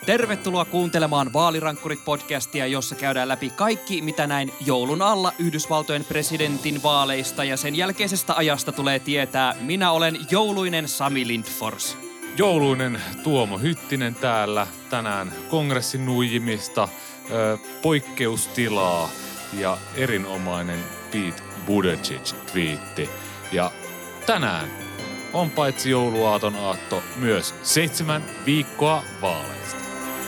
Tervetuloa kuuntelemaan Vaalirankkurit-podcastia, jossa käydään läpi kaikki, mitä näin joulun alla Yhdysvaltojen presidentin vaaleista ja sen jälkeisestä ajasta tulee tietää. Minä olen jouluinen Sami Lindfors. Jouluinen Tuomo Hyttinen täällä. Tänään kongressin nuijimista, poikkeustilaa ja erinomainen Pete Buttigieg-twiitti. Ja tänään on paitsi jouluaaton aatto myös 7 viikkoa vaaleista.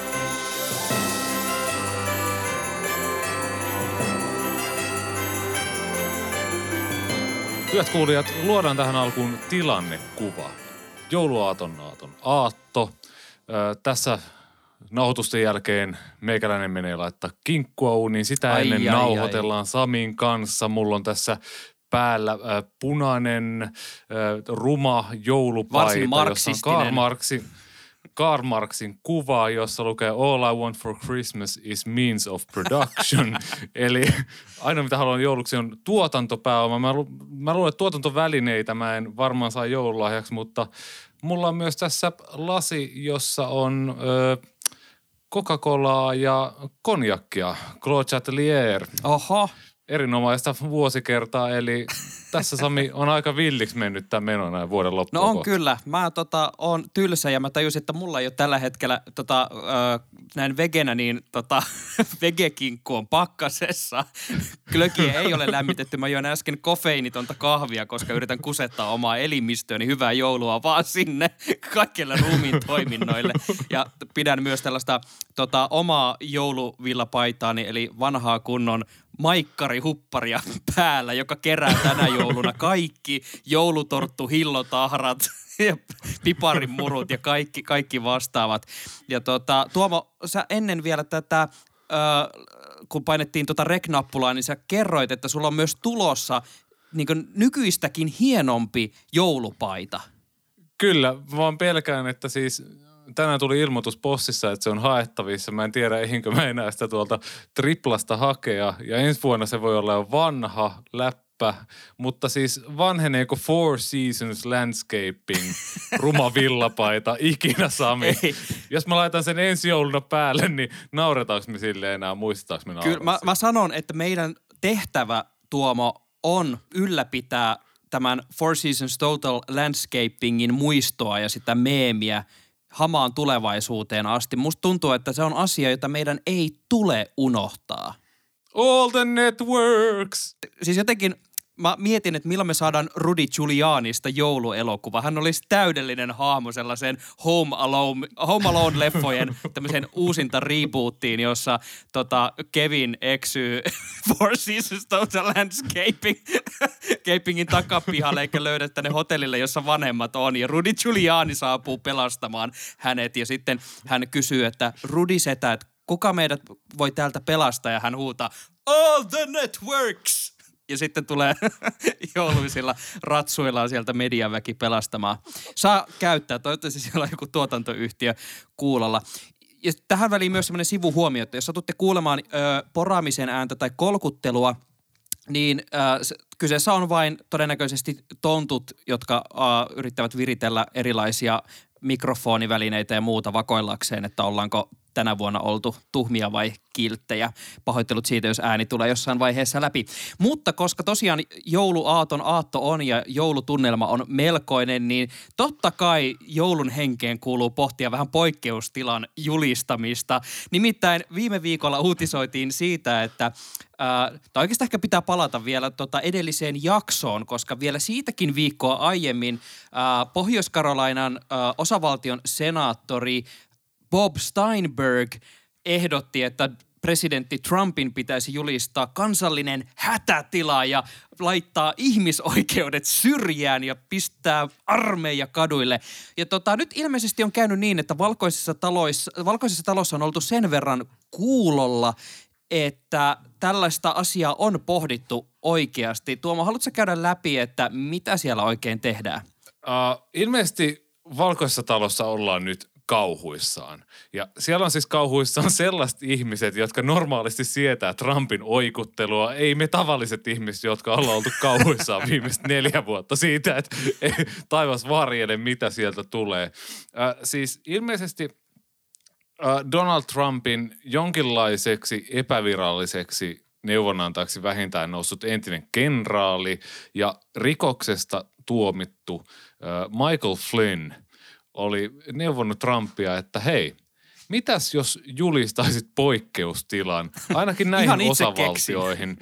Hyvät kuulijat, luodaan tähän alkuun tilannekuva. Jouluaaton aatto. Tässä nauhoitusten jälkeen meikäläinen menee laittaa kinkkua uuniin. Sitä ennen nauhoitellaan Samin kanssa. Mulla on tässä päällä punainen, ruma joulupaita, jossa on Karl Marxin kuva, jossa lukee All I want for Christmas is means of production. Eli ainoa mitä haluan jouluksi on tuotantopääoma. Mä luulen, että tuotantovälineitä mä en varmaan saa joululahjaksi, mutta mulla on myös tässä lasi, jossa on Coca-Colaa ja konjakkia. Clos Chatelier. Oho. Erinomaista vuosikertaa, eli tässä Sami on aika villiksi mennyt tämä meno näin vuoden loppuun. No on kyllä. Mä oon tylsä ja mä tajusin, että mulla ei ole tällä hetkellä näin vegenä, niin vegekinkku on pakkasessa. Glögiä ei ole lämmitetty. Mä join äsken kofeiinitonta kahvia, koska yritän kusettaa omaa elimistöäni. Hyvää joulua vaan sinne kaikille ruumiin toiminnoille. Ja pidän myös tällaista omaa jouluvillapaitaani, eli vanhaa kunnon maikkarihupparia päällä, joka kerää tänä jouluna kaikki joulutorttu, hillotahrat ja piparimurut ja kaikki vastaavat. Ja Tuomo, sä ennen vielä tätä, kun painettiin rek-nappulaa, niin sä kerroit, että sulla on myös tulossa niin kuin nykyistäkin hienompi joulupaita. Kyllä, vaan pelkään, että siis tänään tuli ilmoitus postissa, että se on haettavissa. Mä en tiedä, eihinkö mä enää sitä tuolta triplasta hakea. Ja ensi vuonna se voi olla jo vanha läppä, mutta siis vanheneeko Four Seasons Landscaping ruma villapaita ikinä, Sami? Ei. Jos mä laitan sen ensi jouluna päälle, niin nauretaanko me silleen enää, muistetaanko me naurata? Kyllä mä sanon, että meidän tehtävä, Tuomo, on ylläpitää tämän Four Seasons Total Landscapingin muistoa ja sitä meemiä hamaan tulevaisuuteen asti. Musta tuntuu, että se on asia, jota meidän ei tule unohtaa. All the networks! Siis jotenkin mä mietin, että milloin me saadaan Rudy Giulianista jouluelokuva. Hän olisi täydellinen hahmo sellaiseen Home Alone-leffojen tämmöiseen uusinta rebootiin, jossa Kevin eksyy Four Seasons Total Landscapingin takapihalle eikä löydä tänne hotellille, jossa vanhemmat on. Ja Rudy Giuliani saapuu pelastamaan hänet ja sitten hän kysyy, että Rudy setä, että kuka meidät voi täältä pelastaa? Ja hän huutaa, all the networks! Ja sitten tulee jouluisilla ratsuillaan sieltä mediaväki pelastamaan. Saa käyttää, toivottavasti siellä on joku tuotantoyhtiö kuulolla. Ja tähän väliin myös semmoinen sivuhuomio, että jos satutte kuulemaan poraamisen ääntä tai kolkuttelua, niin kyseessä on vain todennäköisesti tontut, jotka yrittävät viritellä erilaisia mikrofonivälineitä ja muuta vakoillakseen, että ollaanko tänä vuonna oltu tuhmia vai kilttejä. Pahoittelut siitä, jos ääni tulee jossain vaiheessa läpi. Mutta koska tosiaan jouluaaton aatto on ja joulutunnelma on melkoinen, niin totta kai joulun henkeen kuuluu pohtia vähän poikkeustilan julistamista. Nimittäin viime viikolla uutisoitiin siitä, että tai oikeastaan ehkä pitää palata vielä edelliseen jaksoon, koska vielä siitäkin viikkoa aiemmin Pohjois-Carolinan osavaltion senaattori Bob Steinberg ehdotti, että presidentti Trumpin pitäisi julistaa kansallinen hätätila ja laittaa ihmisoikeudet syrjään ja pistää armeija kaduille. Ja nyt ilmeisesti on käynyt niin, että valkoisessa talossa on oltu sen verran kuulolla, että tällaista asiaa on pohdittu oikeasti. Tuomo, haluatko käydä läpi, että mitä siellä oikein tehdään? Ilmeisesti valkoisessa talossa ollaan nyt kauhuissaan. Ja siellä on siis kauhuissaan sellaiset ihmiset, jotka normaalisti sietää Trumpin oikuttelua. Ei me tavalliset ihmiset, jotka ollaan oltu kauhuissaan viimeiset 4 vuotta siitä, että taivas varjele, mitä sieltä tulee. Siis ilmeisesti Donald Trumpin jonkinlaiseksi epäviralliseksi neuvonantajaksi vähintään noussut entinen kenraali ja rikoksesta tuomittu Michael Flynn oli neuvonnut Trumpia, että hei, mitäs jos julistaisit poikkeustilan ainakin näihin osavaltioihin?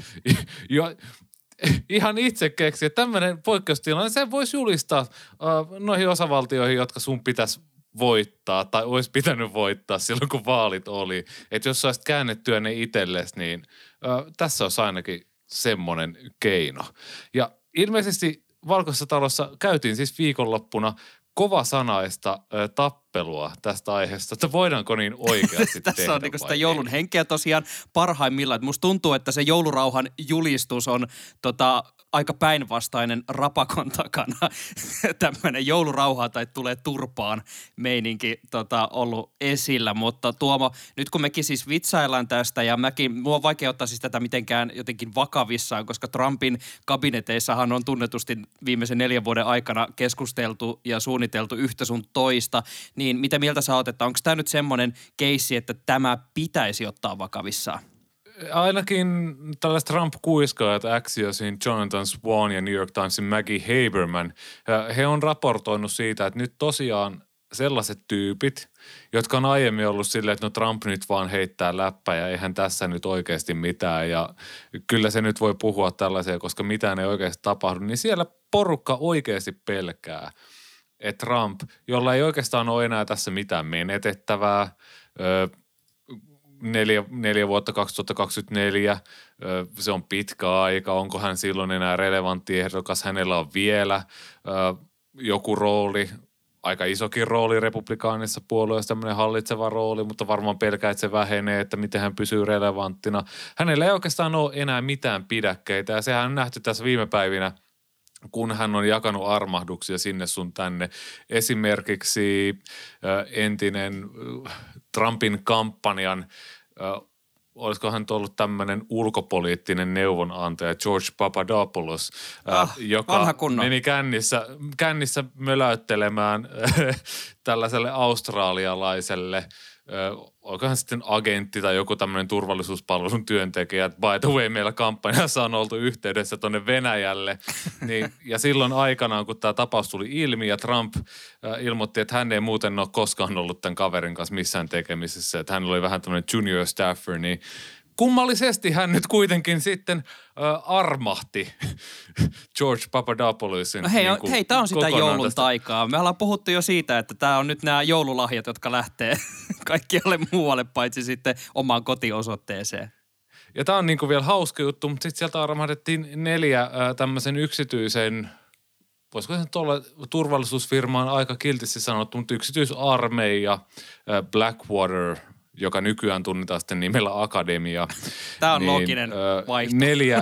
Ihan itse keksi, että tämmöinen poikkeustila, se voisi julistaa noihin osavaltioihin, jotka sun pitäisi voittaa tai olisi pitänyt voittaa silloin, kun vaalit oli. Että jos saisit käännettyä ne itsellesi, niin tässä olisi ainakin semmoinen keino. Ja ilmeisesti Valkoisessa talossa käytiin siis viikonloppuna kovasanaista tappelua tästä aiheesta, että voidaanko niin oikeasti tehdä. Tässä on niin sitä joulun henkeä tosiaan parhaimmillaan. Musta tuntuu, että se joulurauhan julistus on aika päinvastainen rapakon takana. Tämmöinen joulurauha tai tulee turpaan meininki ollut esillä. Mutta Tuomo, nyt kun mekin siis vitsaillaan tästä ja mulla on vaikea ottaa siis tätä mitenkään jotenkin vakavissaan, koska Trumpin kabineteissahan on tunnetusti viimeisen 4 vuoden aikana keskusteltu ja suunniteltu yhtä sun toista. Niin mitä mieltä sä oot, että onko tämä nyt semmoinen keissi, että tämä pitäisi ottaa vakavissaan? Ainakin tällaiset Trump-kuiskaajat Axiosin Jonathan Swan ja New York Timesin Maggie Haberman, he on raportoinut siitä, että nyt tosiaan sellaiset tyypit, jotka on aiemmin ollut silleen, että no Trump nyt vaan heittää läppää ja eihän tässä nyt oikeasti mitään ja kyllä se nyt voi puhua tällaisia, koska mitään ei oikeasti tapahdu, niin siellä porukka oikeasti pelkää, että Trump, jolla ei oikeastaan ole enää tässä mitään menetettävää, 4 vuotta 2024, se on pitkä aika, onko hän silloin enää relevantti ehdokas, hänellä on vielä joku rooli, aika isokin rooli republikaanissa puolueessa, tämmöinen hallitseva rooli, mutta varmaan pelkää, että se vähenee, että miten hän pysyy relevanttina. Hänellä ei oikeastaan ole enää mitään pidäkkeitä ja sehän on nähty tässä viime päivinä, kun hän on jakanut armahduksia sinne sun tänne. Esimerkiksi entinen Trumpin kampanjan, olisiko hän ollut tämmöinen ulkopoliittinen neuvonantaja George Papadopoulos, joka meni kännissä möläyttelemään tällaiselle australialaiselle olikohan sitten agentti tai joku tämmöinen turvallisuuspalvelun työntekijä, että by the way meillä kampanjassa on oltu yhteydessä tuonne Venäjälle. Niin, ja silloin aikanaan, kun tämä tapaus tuli ilmi ja Trump ilmoitti, että hän ei muuten ole koskaan ollut tämän kaverin kanssa missään tekemisissä, että hän oli vähän tämmöinen junior staffer, niin kummallisesti hän nyt kuitenkin sitten armahti George Papadopoulosin. No hei, tämä on sitä joulun taikaa. Me ollaan puhuttu jo siitä, että tämä on nyt nämä joululahjat, jotka lähtee kaikkialle muualle paitsi sitten omaan kotiosoitteeseen. Ja tämä on niin kuin vielä hauska juttu, mutta sitten sieltä armahdettiin 4 tämmöisen yksityisen, voisiko se olla turvallisuusfirmaan aika kiltisti sanottu, mutta yksityisarmeija Blackwater, joka nykyään tunnetaan sitten nimellä Akademia. Tämä on looginen vaihto. 4,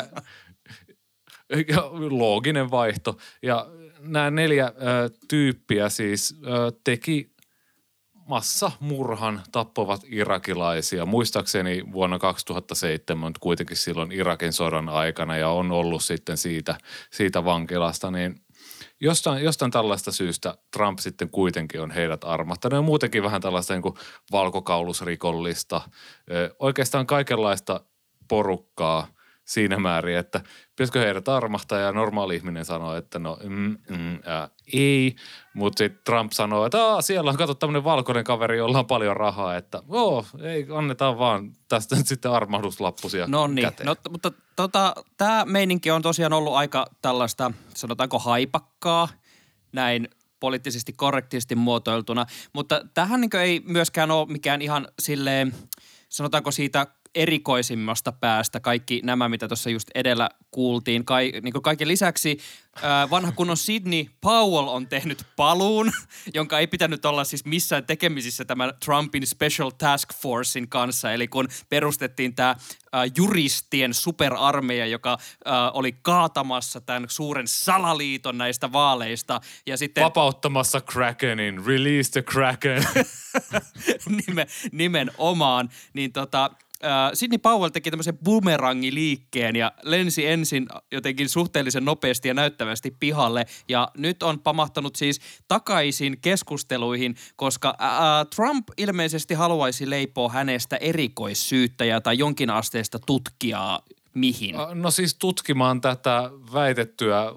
looginen vaihto. Ja nämä 4 tyyppiä siis teki massamurhan, tappoivat irakilaisia. Muistaakseni vuonna 2007, kuitenkin silloin Irakin sodan aikana ja on ollut sitten siitä vankilasta, niin jostain tällaista syystä Trump sitten kuitenkin on heidät armahtanut ja muutenkin vähän tällaista niin kuin valkokaulusrikollista, oikeastaan kaikenlaista porukkaa siinä määrin, että pitäisikö heidät armahtaa ja normaali ihminen sanoo, että no ei, mutta sitten Trump sanoo, että siellä on kato tämmöinen valkoinen kaveri, jolla on paljon rahaa, että ei annetaan vaan tästä nyt sitten armahduslappusia käteen. No mutta tämä meininki on tosiaan ollut aika tällaista, sanotaanko haipakkaa, näin poliittisesti korrektisti muotoiltuna, mutta tähän niin ei myöskään ole mikään ihan silleen, sanotaanko siitä erikoisimmasta päästä kaikki nämä, mitä tuossa just edellä kuultiin. Niin kaiken lisäksi vanha kunnon Sidney Powell on tehnyt paluun, jonka ei pitänyt olla siis missään tekemisissä tämän Trumpin Special Task Forcein kanssa. Eli kun perustettiin tämä juristien superarmeija, joka oli kaatamassa tämän suuren salaliiton näistä vaaleista. Ja sitten vapauttamassa Krakenin, release the Kraken. Nimenomaan. Niin Sidney Powell teki tämmöisen bumerangiliikkeen ja lensi ensin jotenkin suhteellisen nopeasti ja näyttävästi pihalle. Ja nyt on pamahtanut siis takaisin keskusteluihin, koska Trump ilmeisesti haluaisi leipoa hänestä erikoissyyttäjää tai jonkinasteista tutkijaa. Mihin? No siis tutkimaan tätä väitettyä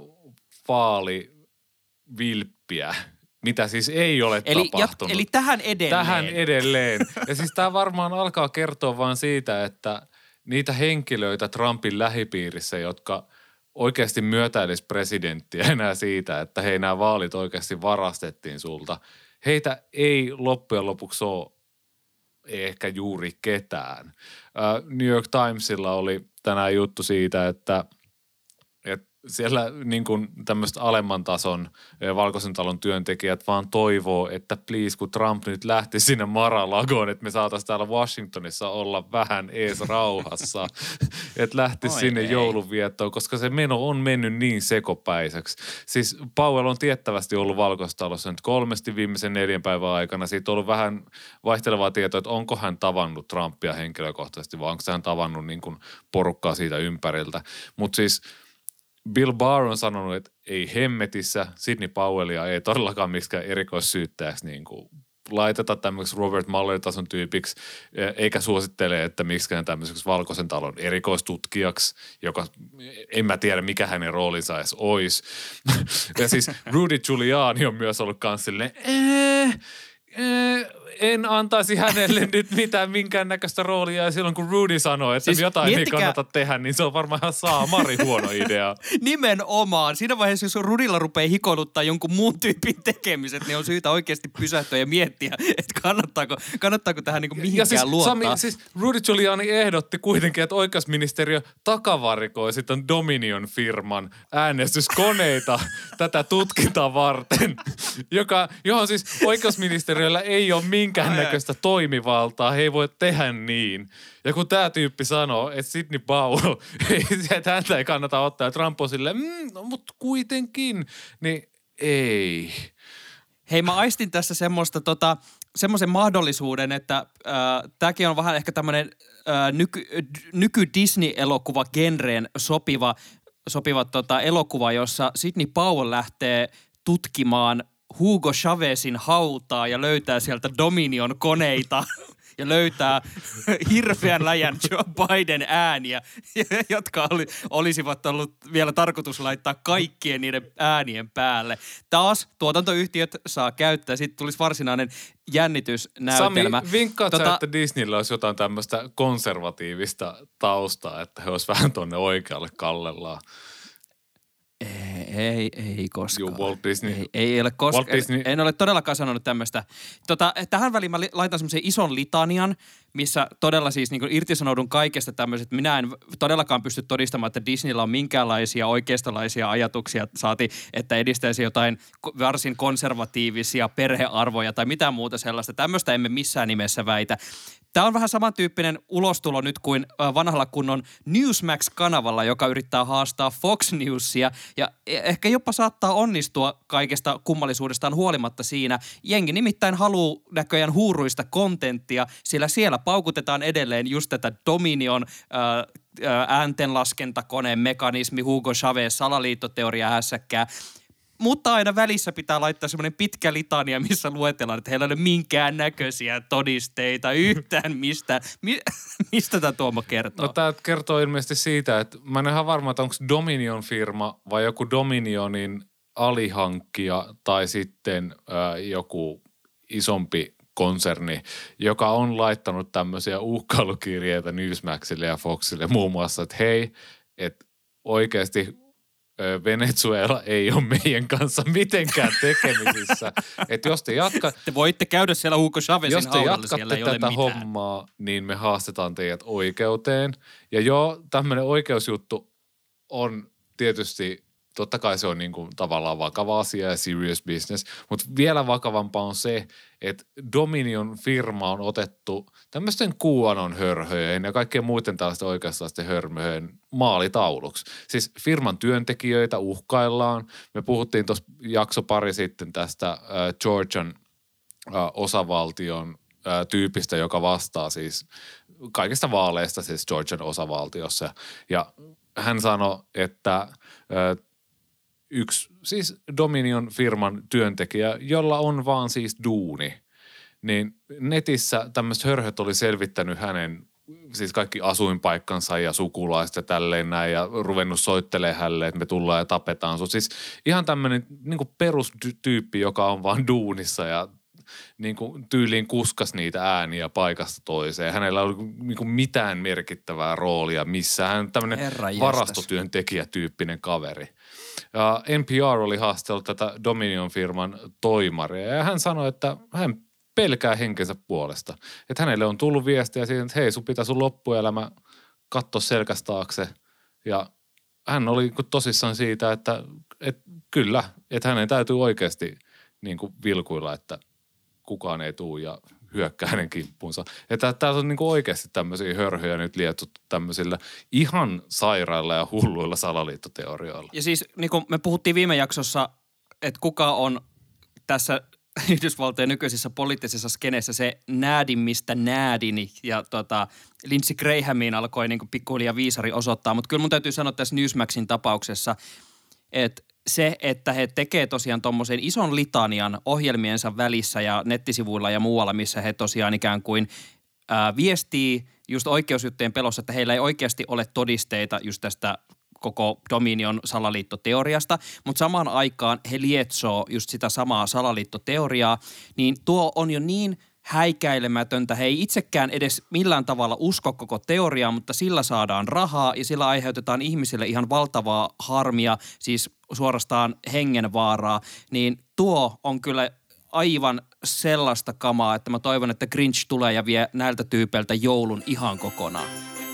vaalivilppiä, mitä siis ei ole tapahtunut. Eli tähän edelleen. Tähän edelleen. Ja siis tämä varmaan alkaa kertoa vaan siitä, että niitä henkilöitä Trumpin lähipiirissä, jotka oikeasti myötäilis presidenttiä enää siitä, että hei, nämä vaalit oikeasti varastettiin sulta. Heitä ei loppujen lopuksi ole ehkä juuri ketään. New York Timesilla oli tänään juttu siitä, että siellä niin kuin tämmöistä alemman tason Valkoisen talon työntekijät vaan toivoo, että please, kun Trump nyt lähti sinne Mar-a-Lagoon, että me saataisiin täällä Washingtonissa olla vähän ees rauhassa, että lähtisi sinne joulunviettoon, koska se meno on mennyt niin sekopäiseksi. Siis Powell on tiettävästi ollut Valkoisessa talossa nyt 3 viimeisen 4 päivän aikana. Siitä on ollut vähän vaihtelevaa tietoa, että onko hän tavannut Trumpia henkilökohtaisesti vai onko hän tavannut niin kuin porukkaa siitä ympäriltä. Mutta siis Bill Barr on sanonut, että ei hemmetissä, Sidney Powellia ei todellakaan miksikään erikoissyyttäjäksi niin kuin laiteta tämmöiseksi Robert Mueller-tason tyypiksi, eikä suosittele, että miksikään tämmöiseksi Valkoisen talon erikoistutkijaksi, joka en mä tiedä, mikä hänen roolinsa edes olisi. Ja siis Rudy Giuliani on myös ollut kans silleen, en antaisi hänelle nyt mitään minkäännäköistä roolia ja silloin kun Rudy sanoo, että siis jotain ei kannata tehdä, niin se on varmaan ihan saamari huono idea. Nimenomaan. Siinä vaiheessa, jos Rudilla rupeaa hikoiluttaa jonkun muun tyypin tekemiset, niin on syytä oikeasti pysähtyä ja miettiä, että kannattaako tähän niin kuin mihinkään siis, luottaa. Siis Rudy Giuliani ehdotti kuitenkin, että oikeusministeriö takavarikoi sitten Dominion-firman äänestyskoneita tätä tutkintaa varten, johon siis oikeusministeriöllä ei ole minkäännäköistä toimivaltaa, he ei voi tehdä niin. Ja kun tämä tyyppi sanoo, että Sidney Powell, että häntä ei kannata ottaa, ja Trump on silleen, no, mutta kuitenkin, niin ei. Hei, mä aistin tässä semmoisen mahdollisuuden, että tämäkin on vähän ehkä tämmöinen nyky-Disney-elokuva-genreen sopiva elokuva, jossa Sidney Powell lähtee tutkimaan Hugo Chávezin hautaa ja löytää sieltä Dominion-koneita ja löytää hirveän läjän Joe Biden ääniä, jotka olisivat ollut vielä tarkoitus laittaa kaikkien niiden äänien päälle. Taas tuotantoyhtiöt saa käyttää, sitten tulisi varsinainen jännitysnäytelmä. Sami, vinkkaat sä, että Disneyllä olisi jotain tämmöistä konservatiivista taustaa, että he olisi vähän tuonne oikealle kallellaan? Ei koskaan. Joo, Walt Disney. Ei ole koskaan. En ole todellakaan sanonut tämmöistä. Tähän väliin mä laitan semmoisen ison litanian, missä todella siis niin kuin irtisanoudun kaikesta tämmöisestä. Minä en todellakaan pysty todistamaan, että Disneyllä on minkäänlaisia oikeistolaisia ajatuksia, saati, että edistäisi jotain varsin konservatiivisia perhearvoja tai mitään muuta sellaista. Tämmöistä emme missään nimessä väitä. Tämä on vähän samantyyppinen ulostulo nyt kuin vanhalla kunnon Newsmax-kanavalla, joka yrittää haastaa Fox Newsia ja ehkä jopa saattaa onnistua kaikesta kummallisuudestaan huolimatta siinä. Jengi nimittäin haluaa näköjään huuruista kontenttia, sillä siellä paukutetaan edelleen just tätä Dominion ääntenlaskentakoneen mekanismi, Hugo Chávez, salaliittoteoria, hässäkkää. Mutta aina välissä pitää laittaa semmoinen pitkä litania, missä luetellaan, että heillä ei ole minkään näköisiä todisteita yhtään mistä tämä Tuomo kertoo. No tämä kertoo ilmeisesti siitä, että mä en ihan varma, että onko Dominion-firma vai joku Dominionin alihankkija tai sitten joku isompi konserni, joka on laittanut tämmöisiä uhkailukirjeitä Newsmaxille ja Foxille muun muassa, että hei, että oikeasti Venezuela ei ole meidän kanssa mitenkään tekemisissä. Että jos te voitte käydä siellä Hugo Chávezin haudalla, siellä ei ole tätä mitään. hommaa, niin me haastetaan teidät oikeuteen. Ja joo, tämmöinen oikeusjuttu on tietysti, totta kai se on niin kuin tavallaan vakava asia ja serious business, mutta vielä vakavampaa on se, että Dominion firma on otettu tämmöisten QAnon hörhöjen ja kaikkien muiden tällaisten oikeastaan hörmöjen maalitauluksi. Siis firman työntekijöitä uhkaillaan. Me puhuttiin tuossa jakso pari sitten tästä Georgian osavaltion tyypistä, joka vastaa siis kaikista vaaleista siis Georgian osavaltiossa. Ja hän sanoi, että yksi siis Dominion-firman työntekijä, jolla on vaan siis duuni, niin netissä tämmöiset hörhöt oli selvittänyt hänen siis kaikki asuinpaikkansa ja sukulaiset ja tälleen näin ja ruvennut soittelemaan hänelle, että me tullaan ja tapetaan sut. Siis ihan tämmöinen niin kuin perustyyppi, joka on vaan duunissa ja niin kuin tyyliin kuskas niitä ääniä paikasta toiseen. Hänellä ei ollut niin kuin mitään merkittävää roolia missään. Hän on tämmöinen varastotyöntekijätyyppinen kaveri. Ja NPR oli haastellut tätä Dominion-firman toimaria ja hän sanoi, että hän pelkää henkensä puolesta. Että hänelle on tullut viestiä siitä, että hei, sun pitää sun loppuelämä katsoa selkästä taakse. Ja hän oli tosissaan siitä, että kyllä, että hänen täytyy oikeasti niin kuin vilkuilla, että kukaan ei tule ja hyökkää hänen kimppuunsa. Että täällä on niin kuin oikeasti tämmöisiä hörhöjä nyt lietsuttu tämmöisillä ihan sairailla ja hulluilla salaliittoteorioilla. Ja siis niin kuin me puhuttiin viime jaksossa, että kuka on tässä Yhdysvaltojen nykyisessä poliittisessa skeneessä se näädimmistä näädini ja Lindsey Grahamiin alkoi niin kuin pikkuhiljaa viisari osoittaa. Mutta kyllä mun täytyy sanoa tässä Newsmaxin tapauksessa, että se, että he tekee tosiaan tommosen ison litanian ohjelmiensa välissä ja nettisivuilla ja muualla, missä he tosiaan ikään kuin viestii just oikeusjuttujen pelossa, että heillä ei oikeasti ole todisteita just tästä koko Dominion salaliittoteoriasta, mutta samaan aikaan he lietsoo just sitä samaa salaliittoteoriaa, niin tuo on jo niin häikäilemätöntä. He ei itsekään edes millään tavalla usko koko teoriaa, mutta sillä saadaan rahaa ja sillä aiheutetaan ihmisille ihan valtavaa harmia, siis suorastaan hengenvaaraa, niin tuo on kyllä aivan sellaista kamaa, että mä toivon, että Grinch tulee ja vie näiltä tyypeiltä joulun ihan kokonaan.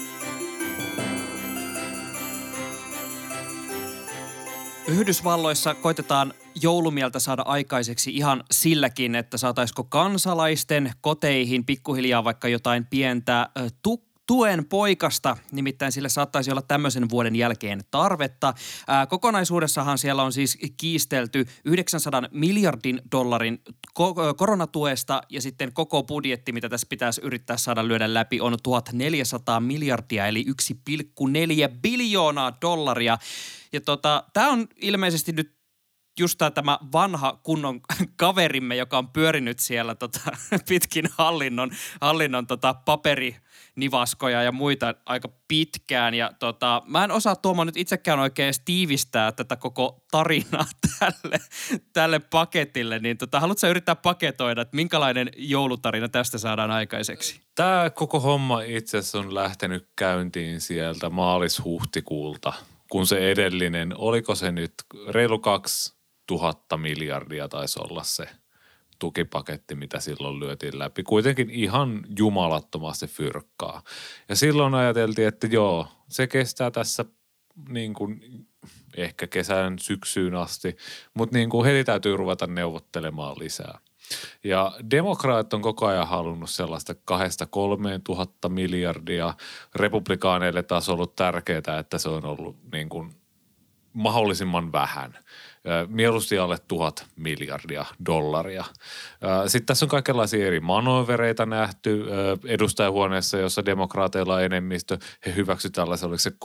Yhdysvalloissa koitetaan joulumieltä saada aikaiseksi ihan silläkin, että saataisiko kansalaisten koteihin pikkuhiljaa vaikka jotain pientä tuen poikasta, nimittäin sille saattaisi olla tämmöisen vuoden jälkeen tarvetta. Kokonaisuudessahan siellä on siis kiistelty 900 miljardin dollarin koronatuesta ja sitten koko budjetti, mitä tässä pitäisi yrittää saada lyödä läpi, on 1400 miljardia eli 1,4 biljoonaa dollaria. Ja tämä on ilmeisesti nyt just tämä vanha kunnon kaverimme, joka on pyörinyt siellä pitkin hallinnon paperinivaskoja ja muita aika pitkään. Ja mä en osaa Tuomo nyt itsekään oikein tiivistää tätä koko tarinaa tälle paketille. Niin haluatko yrittää paketoida, että minkälainen joulutarina tästä saadaan aikaiseksi? Tämä koko homma itse asiassa on lähtenyt käyntiin sieltä maalis-huhtikuulta, kun se edellinen, oliko se nyt reilu 2000 miljardia taisi olla se tukipaketti, mitä silloin lyötiin läpi. Kuitenkin ihan jumalattomasti fyrkkaa. Ja silloin ajateltiin, että joo, se kestää tässä niin kuin ehkä kesän syksyyn asti, mutta niin kuin heti täytyy ruveta neuvottelemaan lisää. Ja demokraat on koko ajan halunnut sellaista 2-3 tuhatta miljardia. Republikaaneille taas on ollut tärkeää, että se on ollut niin kuin mahdollisimman vähän. Mieluusti alle 1000 miljardia dollaria. Sitten tässä on kaikenlaisia eri manövereitä nähty edustajahuoneessa, jossa demokraateilla on enemmistö. He hyväksyivät tällaisen, oliko se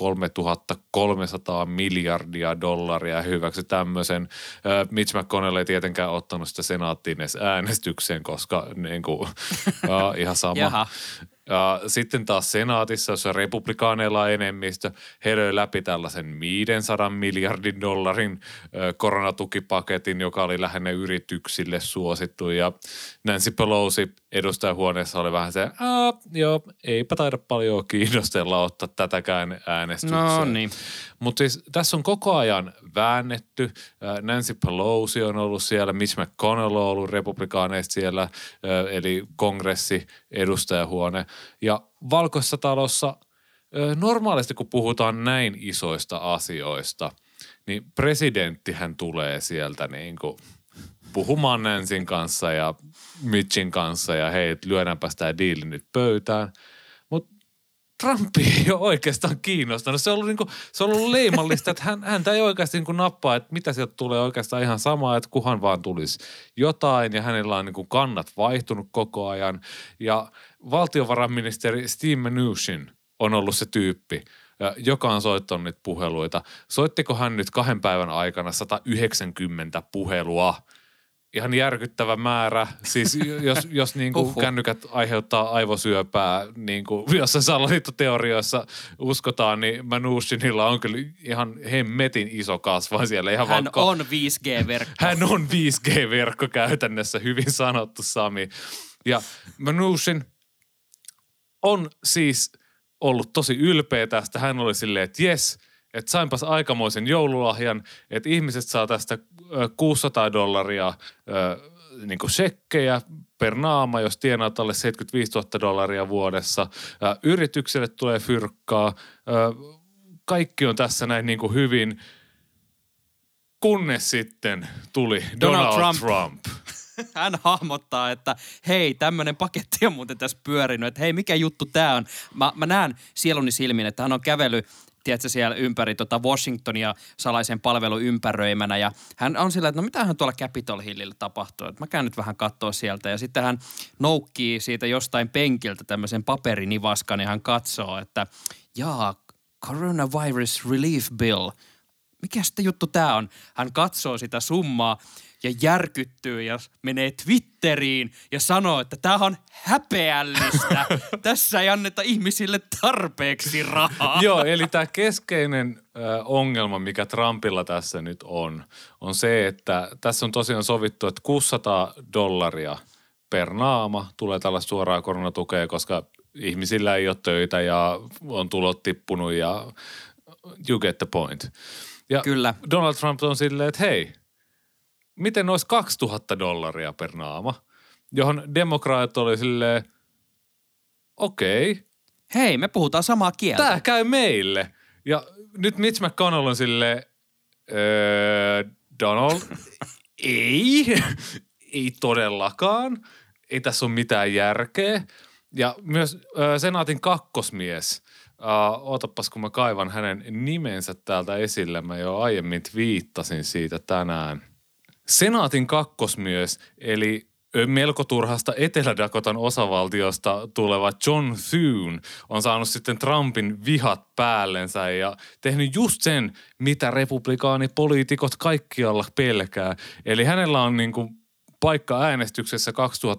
3300 miljardia dollaria. He hyväksyivät tämmöisen. Mitch McConnell ei tietenkään ottanut sitä senaattiin edes äänestykseen, koska niin kuin, ihan sama. Jaha. Ja sitten taas senaatissa, jossa republikaaneilla on enemmistö, he löi läpi tällaisen 500 miljardin dollarin koronatukipaketin, joka oli lähinnä yrityksille suosittu. Ja Nancy Pelosi edustajahuoneessa oli vähän se, joo, eipä taida paljon kiinnostella ottaa tätäkään äänestykseen. No niin. Mutta siis tässä on koko ajan väännetty. Nancy Pelosi on ollut siellä, Mitch McConnell on ollut republikaaneista siellä, eli kongressi, edustajahuone. Ja Valkoisessa talossa normaalisti, kun puhutaan näin isoista asioista, niin presidenttihän tulee sieltä niin kuin puhumaan Nancyn kanssa ja Mitchin kanssa ja hei, lyödäänpä sitä diili nyt pöytään. Mutta Trump ei ole oikeastaan kiinnostanut. Se on ollut leimallista, että häntä ei oikeasti nappaa, että mitä sieltä tulee oikeastaan ihan samaa, että kuhan vaan tulisi jotain ja hänellä on kannat vaihtunut koko ajan. Ja valtiovarainministeri Steve Mnuchin on ollut se tyyppi, joka on soittanut niitä puheluita. Soittiko hän nyt 2 päivän aikana 190 puhelua? Ihan järkyttävä määrä. Siis jos kännykät aiheuttaa aivosyöpää, jossain salaliittoteorioissa uskotaan, niin Mnuchinilla on kyllä ihan hemmetin iso kasva siellä. Ihan hän on 5G-verkko. Hän on 5G-verkko käytännössä, hyvin sanottu Sami. Ja Mnuchin on siis ollut tosi ylpeä tästä. Hän oli silleen, että jes, että sainpas aikamoisen joululahjan, että ihmiset saa tästä $600 shekkejä per naama, jos tienaat alle $75,000 vuodessa. Yritykselle tulee fyrkkaa. Kaikki on tässä näin hyvin, kunnes sitten tuli Donald Trump. Hän hahmottaa, että hei, tämmöinen paketti on muuten tässä pyörinyt, että hei, mikä juttu tää on. Mä näen sieluni silmin, että hän on kävellyt, tiedätkö, siellä ympäri Washingtonia salaisen palvelun ympäröimänä ja hän on sillä, että no mitähän tuolla Capitol Hillillä tapahtuu, että mä käyn nyt vähän katsoa sieltä ja sitten hän noukkii siitä jostain penkiltä tämmöisen paperinivaskan ja hän katsoo, että Coronavirus Relief Bill, mikä sitten juttu tää on? Hän katsoo sitä summaa ja järkyttyy ja menee Twitteriin ja sanoo, että tämä on häpeällistä. Tässä ei anneta ihmisille tarpeeksi rahaa. Joo, eli tämä keskeinen ongelma, mikä Trumpilla tässä nyt on se, että tässä on tosiaan sovittu, että $600 per naama tulee tällaista suoraa koronatukea, koska ihmisillä ei ole töitä ja on tulot tippunut ja you get the point. Ja kyllä. Donald Trump on silleen, että hei, miten olisi $2,000 per naama, johon demokraatit oli silleen, okei. Hei, me puhutaan samaa kieltä. Tää käy meille. Ja nyt Mitch McConnell on silleen, Donald, ei todellakaan. Ei tässä ole mitään järkeä. Ja myös senaatin kakkosmies, ootapas kun mä kaivan hänen nimensä täältä esille, mä jo aiemmin twiittasin siitä tänään. Senaatin kakkosmies, eli melko turhasta Etelä-Dakotan osavaltiosta tuleva John Thune on saanut sitten Trumpin vihat päällensä ja tehnyt just sen, mitä republikaanipoliitikot kaikkialla pelkää. Eli hänellä on paikka äänestyksessä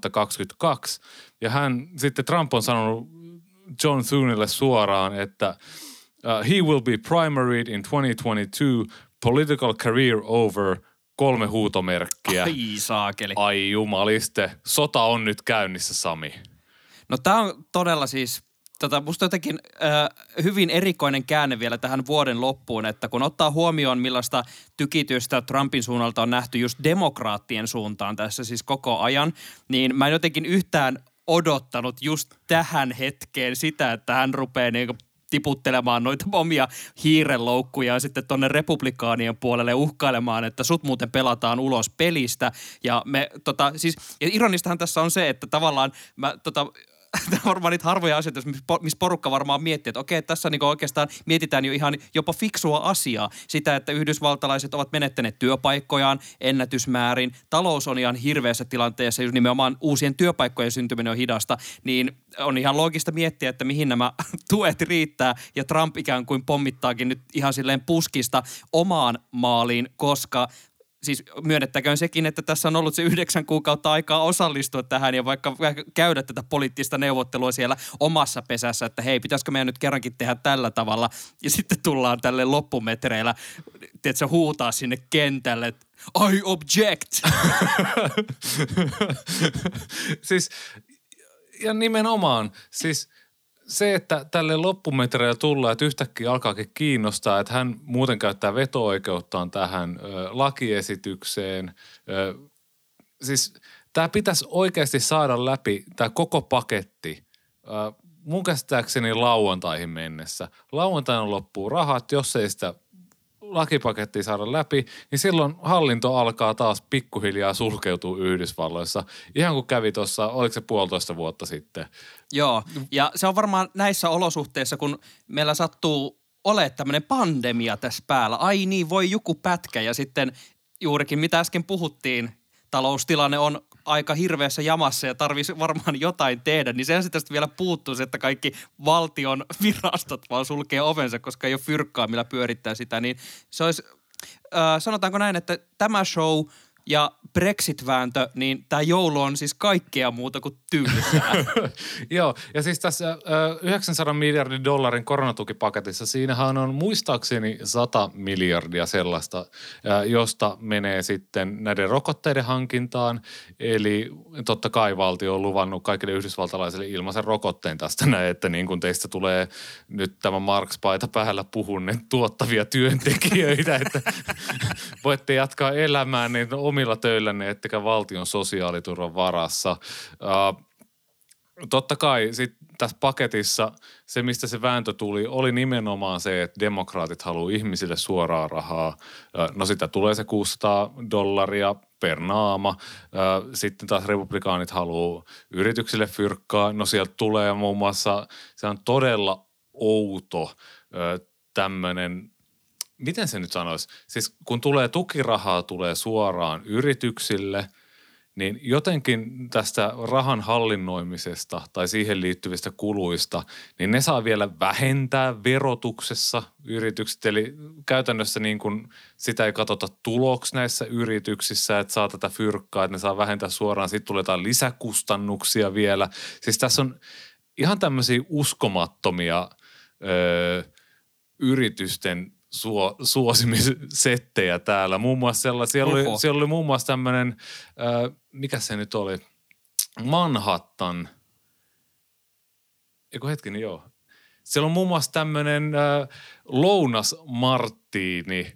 2022 ja Trump on sanonut John Thunelle suoraan, että he will be primaried in 2022, political career over – 3 huutomerkkiä. Ai saakeli. Ai jumaliste. Sota on nyt käynnissä, Sami. No tää on todella siis, musta jotenkin hyvin erikoinen käänne vielä tähän vuoden loppuun, että kun ottaa huomioon millaista tykitystä Trumpin suunnalta on nähty just demokraattien suuntaan tässä siis koko ajan, niin mä en jotenkin yhtään odottanut just tähän hetkeen sitä, että hän rupeaa tiputtelemaan noita omia hiirenloukkuja ja sitten tonne republikaanien puolelle uhkailemaan, että sut muuten pelataan ulos pelistä. Ja ja ironistahan tässä on se, että tavallaan tämä on varmaan niitä harvoja asioita, missä porukka varmaan miettii, että okei, tässä oikeastaan mietitään jo ihan jopa fiksua asiaa. Sitä, että yhdysvaltalaiset ovat menettäneet työpaikkojaan ennätysmäärin. Talous on ihan hirveässä tilanteessa, jos nimenomaan uusien työpaikkojen syntyminen on hidasta, niin on ihan loogista miettiä, että mihin nämä tuet riittää. Ja Trump ikään kuin pommittaakin nyt ihan silleen puskista omaan maaliin, koska siis myönnettäköön sekin, että tässä on ollut se 9 kuukautta aikaa osallistua tähän ja vaikka käydä tätä poliittista neuvottelua siellä omassa pesässä, että hei, pitäisikö meidän nyt kerrankin tehdä tällä tavalla. Ja sitten tullaan tälle loppumetreillä, tiedätkö, huutaa sinne kentälle, että I object! Siis, ja nimenomaan, siis se, että tälle loppumetreillä tullaan, että yhtäkkiä alkaakin kiinnostaa, että hän muuten käyttää veto-oikeuttaan tähän lakiesitykseen. Siis tämä pitäisi oikeasti saada läpi, tämä koko paketti, mun käsittääkseni lauantaihin mennessä. Lauantaina loppuu rahat, jos ei sitä lakipakettia saada läpi, niin silloin hallinto alkaa taas pikkuhiljaa sulkeutua Yhdysvalloissa. Ihan kuin kävi tuossa, oliko se 1,5 vuotta sitten? Joo, ja se on varmaan näissä olosuhteissa, kun meillä sattuu olemaan tämmöinen pandemia tässä päällä. Ai niin, voi joku pätkä ja sitten juurikin mitä äsken puhuttiin, taloustilanne on aika hirveässä jamassa ja tarvitsisi varmaan jotain tehdä, niin sen sitten vielä puuttuisi, että kaikki valtion virastot vaan sulkee ovensa, koska ei ole fyrkkaa, millä pyörittää sitä, niin se olisi, sanotaanko näin, että tämä show ja Brexit-vääntö, niin tämä joulu on siis kaikkea muuta kuin tylsää. Joo, ja siis tässä 900 miljardin dollarin koronatukipaketissa, siinähän on muistaakseni 100 miljardia sellaista, josta menee sitten näiden rokotteiden hankintaan. Eli totta kai valtio on luvannut kaikille yhdysvaltalaisille ilmaisen rokotteen tästä näin, että niin kuin teistä tulee nyt tämä Marx-paita päällä puhunne tuottavia työntekijöitä, että voitte jatkaa elämään niin omilla töillänne, ettekä valtion sosiaaliturvan varassa. Totta kai sitten tässä paketissa se, mistä se vääntö tuli, oli nimenomaan se, että demokraatit haluaa ihmisille suoraa rahaa. No sitä tulee se $600 per naama. Sitten taas republikaanit haluaa yrityksille fyrkkaa. No sieltä tulee muun muassa, se on todella outo tämmöinen, miten se nyt sanoisi? Siis kun tulee tukirahaa, tulee suoraan yrityksille, niin jotenkin tästä rahan hallinnoimisesta tai siihen liittyvistä kuluista, niin ne saa vielä vähentää verotuksessa yritykset. Eli käytännössä niin kuin sitä ei katsota tuloksi näissä yrityksissä, että saa tätä fyrkkaa, että ne saa vähentää suoraan. Sitten tulee jotain lisäkustannuksia vielä. Siis tässä on ihan tämmöisiä uskomattomia yritysten suosimissettejä täällä. Muun muassa siellä oli muun muassa tämmöinen, mikä se nyt oli, Manhattan. Eiku hetkinen, joo. Siellä on muun muassa tämmöinen lounasmarttiini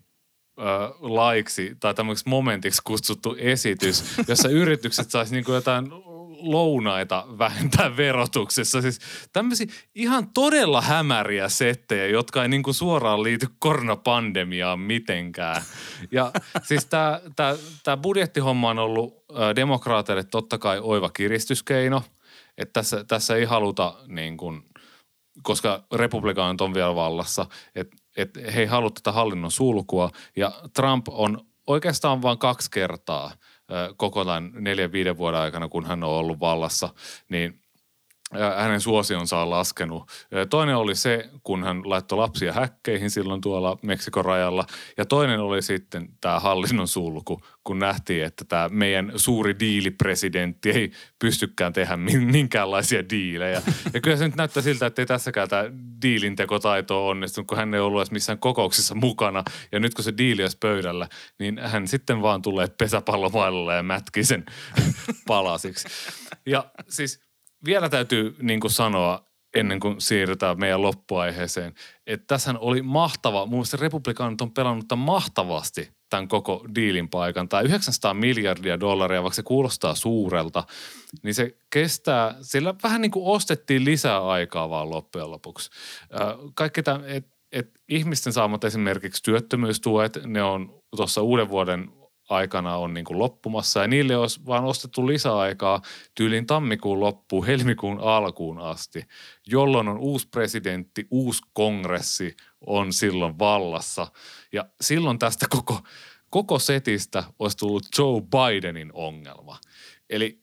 laiksi tai tämmöiseksi momentiksi kutsuttu esitys, jossa yritykset saisi niinku jotain lounaita vähentää verotuksessa. Siis tämmöisiä ihan todella hämäriä settejä, jotka ei niinku suoraan liity koronapandemiaan mitenkään. Ja siis tämä budjettihomma on ollut demokraateille totta kai oiva kiristyskeino, että tässä ei haluta niin kuin, koska republikaanit on vielä vallassa, että he ei halua tätä hallinnon sulkua ja Trump on oikeastaan vain 2 kertaa koko tämän 4-5 vuoden aikana, kun hän on ollut vallassa, niin hänen suosionsa on laskenut. Toinen oli se, kun hän laittoi lapsia häkkeihin silloin tuolla Meksikon rajalla. Ja toinen oli sitten tämä hallinnon sulku, kun nähtiin, että tämä meidän suuri diilipresidentti ei pystykään tehdä minkäänlaisia diilejä. Ja kyllä se nyt näyttää siltä, että ei tässäkään tämä diilintekotaito ole onnistunut, kun hän ei ollut edes missään kokouksissa mukana. Ja nyt kun se diili olisi pöydällä, niin hän sitten vaan tulee pesäpallomailolla ja mätkii sen palasiksi. Ja siis vielä täytyy niin kuin sanoa, ennen kuin siirrytään meidän loppuaiheeseen, että tässähän oli mahtava, mun mielestä republikaanit on pelannut tämän mahtavasti tämän koko diilin paikan. Tämä $900 miljardia, vaikka se kuulostaa suurelta, niin se kestää, sillä vähän niin kuin ostettiin lisää aikaa vaan loppujen lopuksi. Kaikki tämä, että ihmisten saamat esimerkiksi työttömyystuet, ne on tuossa uuden vuoden aikana on niin kuin loppumassa ja niille olisi vaan ostettu lisäaikaa tyylin tammikuun loppuun, helmikuun alkuun asti, jolloin on uusi presidentti, uusi kongressi on silloin vallassa ja silloin tästä koko setistä olisi tullut Joe Bidenin ongelma. Eli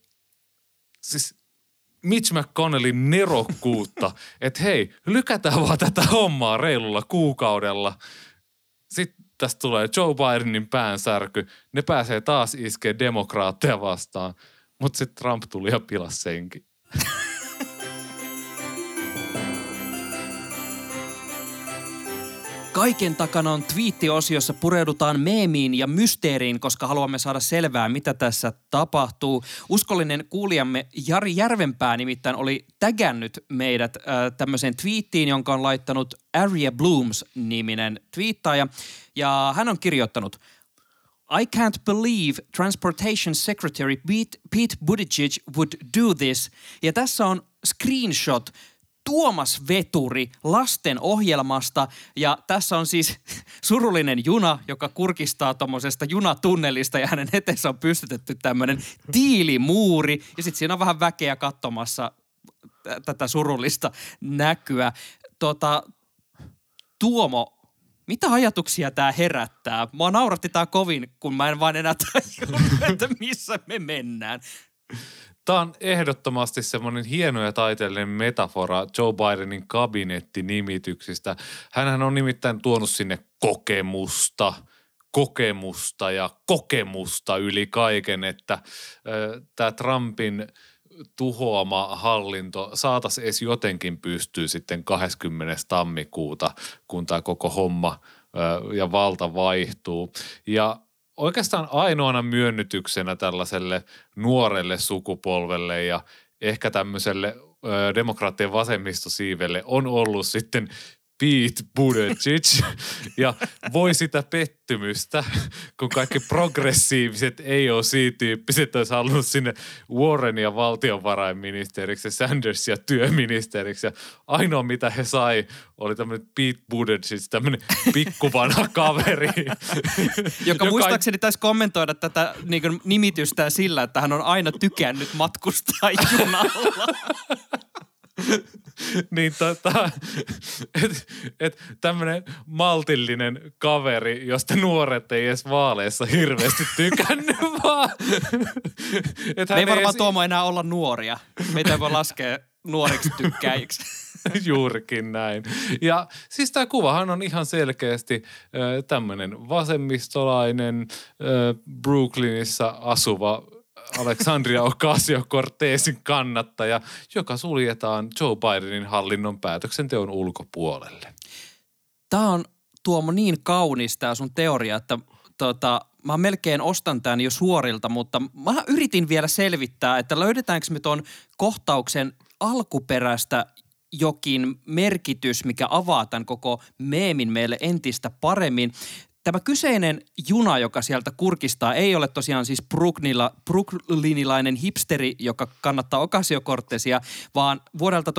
siis Mitch McConnellin nerokkuutta, että hei, lykätään vaan tätä hommaa reilulla kuukaudella. Sitten tästä tulee Joe Bidenin päänsärky. Ne pääsee taas iskeä demokraatteja vastaan. Mutta sitten Trump tuli ja pilasi senkin. Kaiken takana on twiittiosiossa pureudutaan meemiin ja mysteeriin, koska haluamme saada selvää, mitä tässä tapahtuu. Uskollinen kuulijamme Jari Järvenpää nimittäin oli tägännyt meidät tämmöiseen twiittiin, jonka on laittanut Aria Blooms-niminen twiittaaja. Ja hän on kirjoittanut: I can't believe Transportation Secretary Pete Buttigieg would do this. Ja tässä on screenshot Tuomas Veturi lasten ohjelmasta. Ja tässä on siis surullinen juna, joka kurkistaa tommosesta junatunnelista ja hänen eteensä on pystytetty tämmöinen tiilimuuri. Ja sitten siinä on vähän väkeä katsomassa tätä surullista näkyä. Tuomo, mitä ajatuksia tää herättää? Mua nauratti tää kovin, kun mä en vaan enää tajua, että missä me mennään. Tämä on ehdottomasti semmoinen hieno ja taiteellinen metafora Joe Bidenin kabinettinimityksistä. Hänhän on nimittäin tuonut sinne kokemusta ja kokemusta yli kaiken, että tämä Trumpin tuhoama hallinto saataisiin edes jotenkin pystyä sitten 20. tammikuuta, kun tämä koko homma ja valta vaihtuu. Ja oikeastaan ainoana myönnytyksenä tällaiselle nuorelle sukupolvelle ja ehkä tämmöiselle demokraattien vasemmistosiivelle on ollut sitten Pete Buttigieg ja voi sitä pettymystä, kun kaikki progressiiviset AOC-tyyppiset olisi halunnut sinne Warrenia valtionvarainministeriksi ja Sandersia työministeriksi ja ainoa mitä he sai oli tämmöinen Pete Buttigieg, tämmöinen pikkuvanha kaveri. joka muistaakseni taisi kommentoida tätä niin kuin nimitystään sillä, että hän on aina tykännyt matkustaa junalla. Niin että tämmöinen maltillinen kaveri, josta nuoret ei edes vaaleissa hirveästi tykännyt vaan. Me ei varmaan Tuomo enää olla nuoria. Meitä ei voi laskea nuoriksi tykkäjiksi. Juurikin näin. Ja siis tämä kuvahan on ihan selkeästi tämmöinen vasemmistolainen Brooklynissa asuva Alexandria Ocasio-Cortezin kannattaja, joka suljetaan Joe Bidenin hallinnon päätöksenteon ulkopuolelle. Tämä on, Tuomo, niin kaunis tämä sun teoria, että mä melkein ostan tämän jo suorilta, mutta mä yritin vielä selvittää, että löydetäänkö me tuon kohtauksen alkuperäistä jokin merkitys, mikä avaa tämän koko meemin meille entistä paremmin. Tämä kyseinen juna, joka sieltä kurkistaa, ei ole tosiaan siis brooklynilainen hipsteri, joka kannattaa Ocasio-Cortezia, vaan vuodelta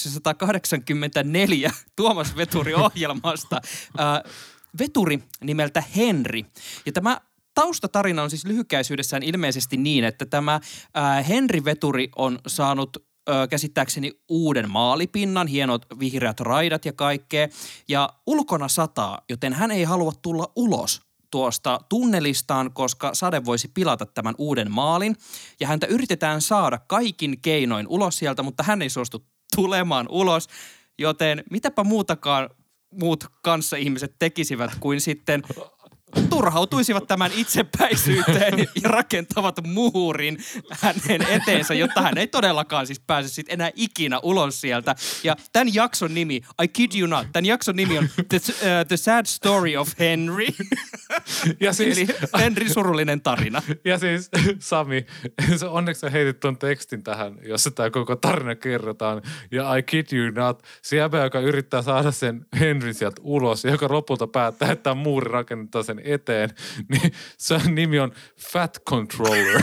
1984 Tuomas Veturi-ohjelmasta veturi nimeltä Henry. Ja tämä taustatarina on siis lyhykäisyydessään ilmeisesti niin, että tämä Henry Veturi on saanut käsittääkseni uuden maalipinnan, hienot vihreät raidat ja kaikkea. Ja ulkona sataa, joten hän ei halua tulla ulos tuosta tunnelistaan, koska sade voisi pilata tämän uuden maalin. Ja häntä yritetään saada kaikin keinoin ulos sieltä, mutta hän ei suostu tulemaan ulos. Joten mitäpä muutakaan muut kanssaihmiset tekisivät kuin sitten turhautuisivat tämän itsepäisyyteen ja rakentavat muurin hänen eteensä, jotta hän ei todellakaan siis pääse sitten enää ikinä ulos sieltä. Ja tämän jakson nimi, I kid you not, tämän jakson nimi on The Sad Story of Henry. Ja siis, eli Henry surullinen tarina. Ja siis Sami, onneksi heitit tuon tekstin tähän, jossa tämä koko tarina kerrotaan. Ja I kid you not, se jäbä, joka yrittää saada sen Henry sieltä ulos ja joka lopulta päättää, että tämä muuri rakennetaan sen eteen, niin se nimi on Fat Controller.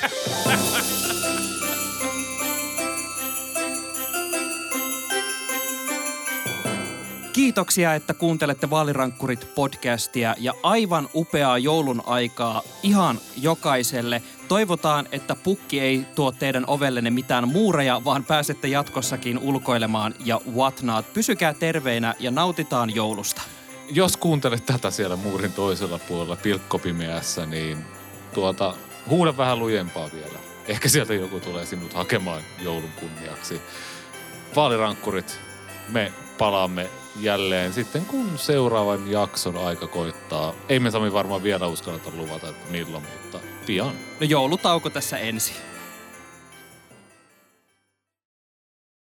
Kiitoksia, että kuuntelette Vaalirankkurit-podcastia ja aivan upeaa joulun aikaa ihan jokaiselle. Toivotaan, että pukki ei tuo teidän ovellenne mitään muureja, vaan pääsette jatkossakin ulkoilemaan ja whatnot. Pysykää terveinä ja nautitaan joulusta. Jos kuuntelet tätä siellä muurin toisella puolella pilkkopimeässä, niin huuda vähän lujempaa vielä. Ehkä sieltä joku tulee sinut hakemaan joulun kunniaksi. Vaalirankkurit, me palaamme jälleen sitten, kun seuraavan jakson aika koittaa. Ei me Sami varmaan vielä uskalleta luvata, että milloin, mutta pian. No joulutauko tässä ensin.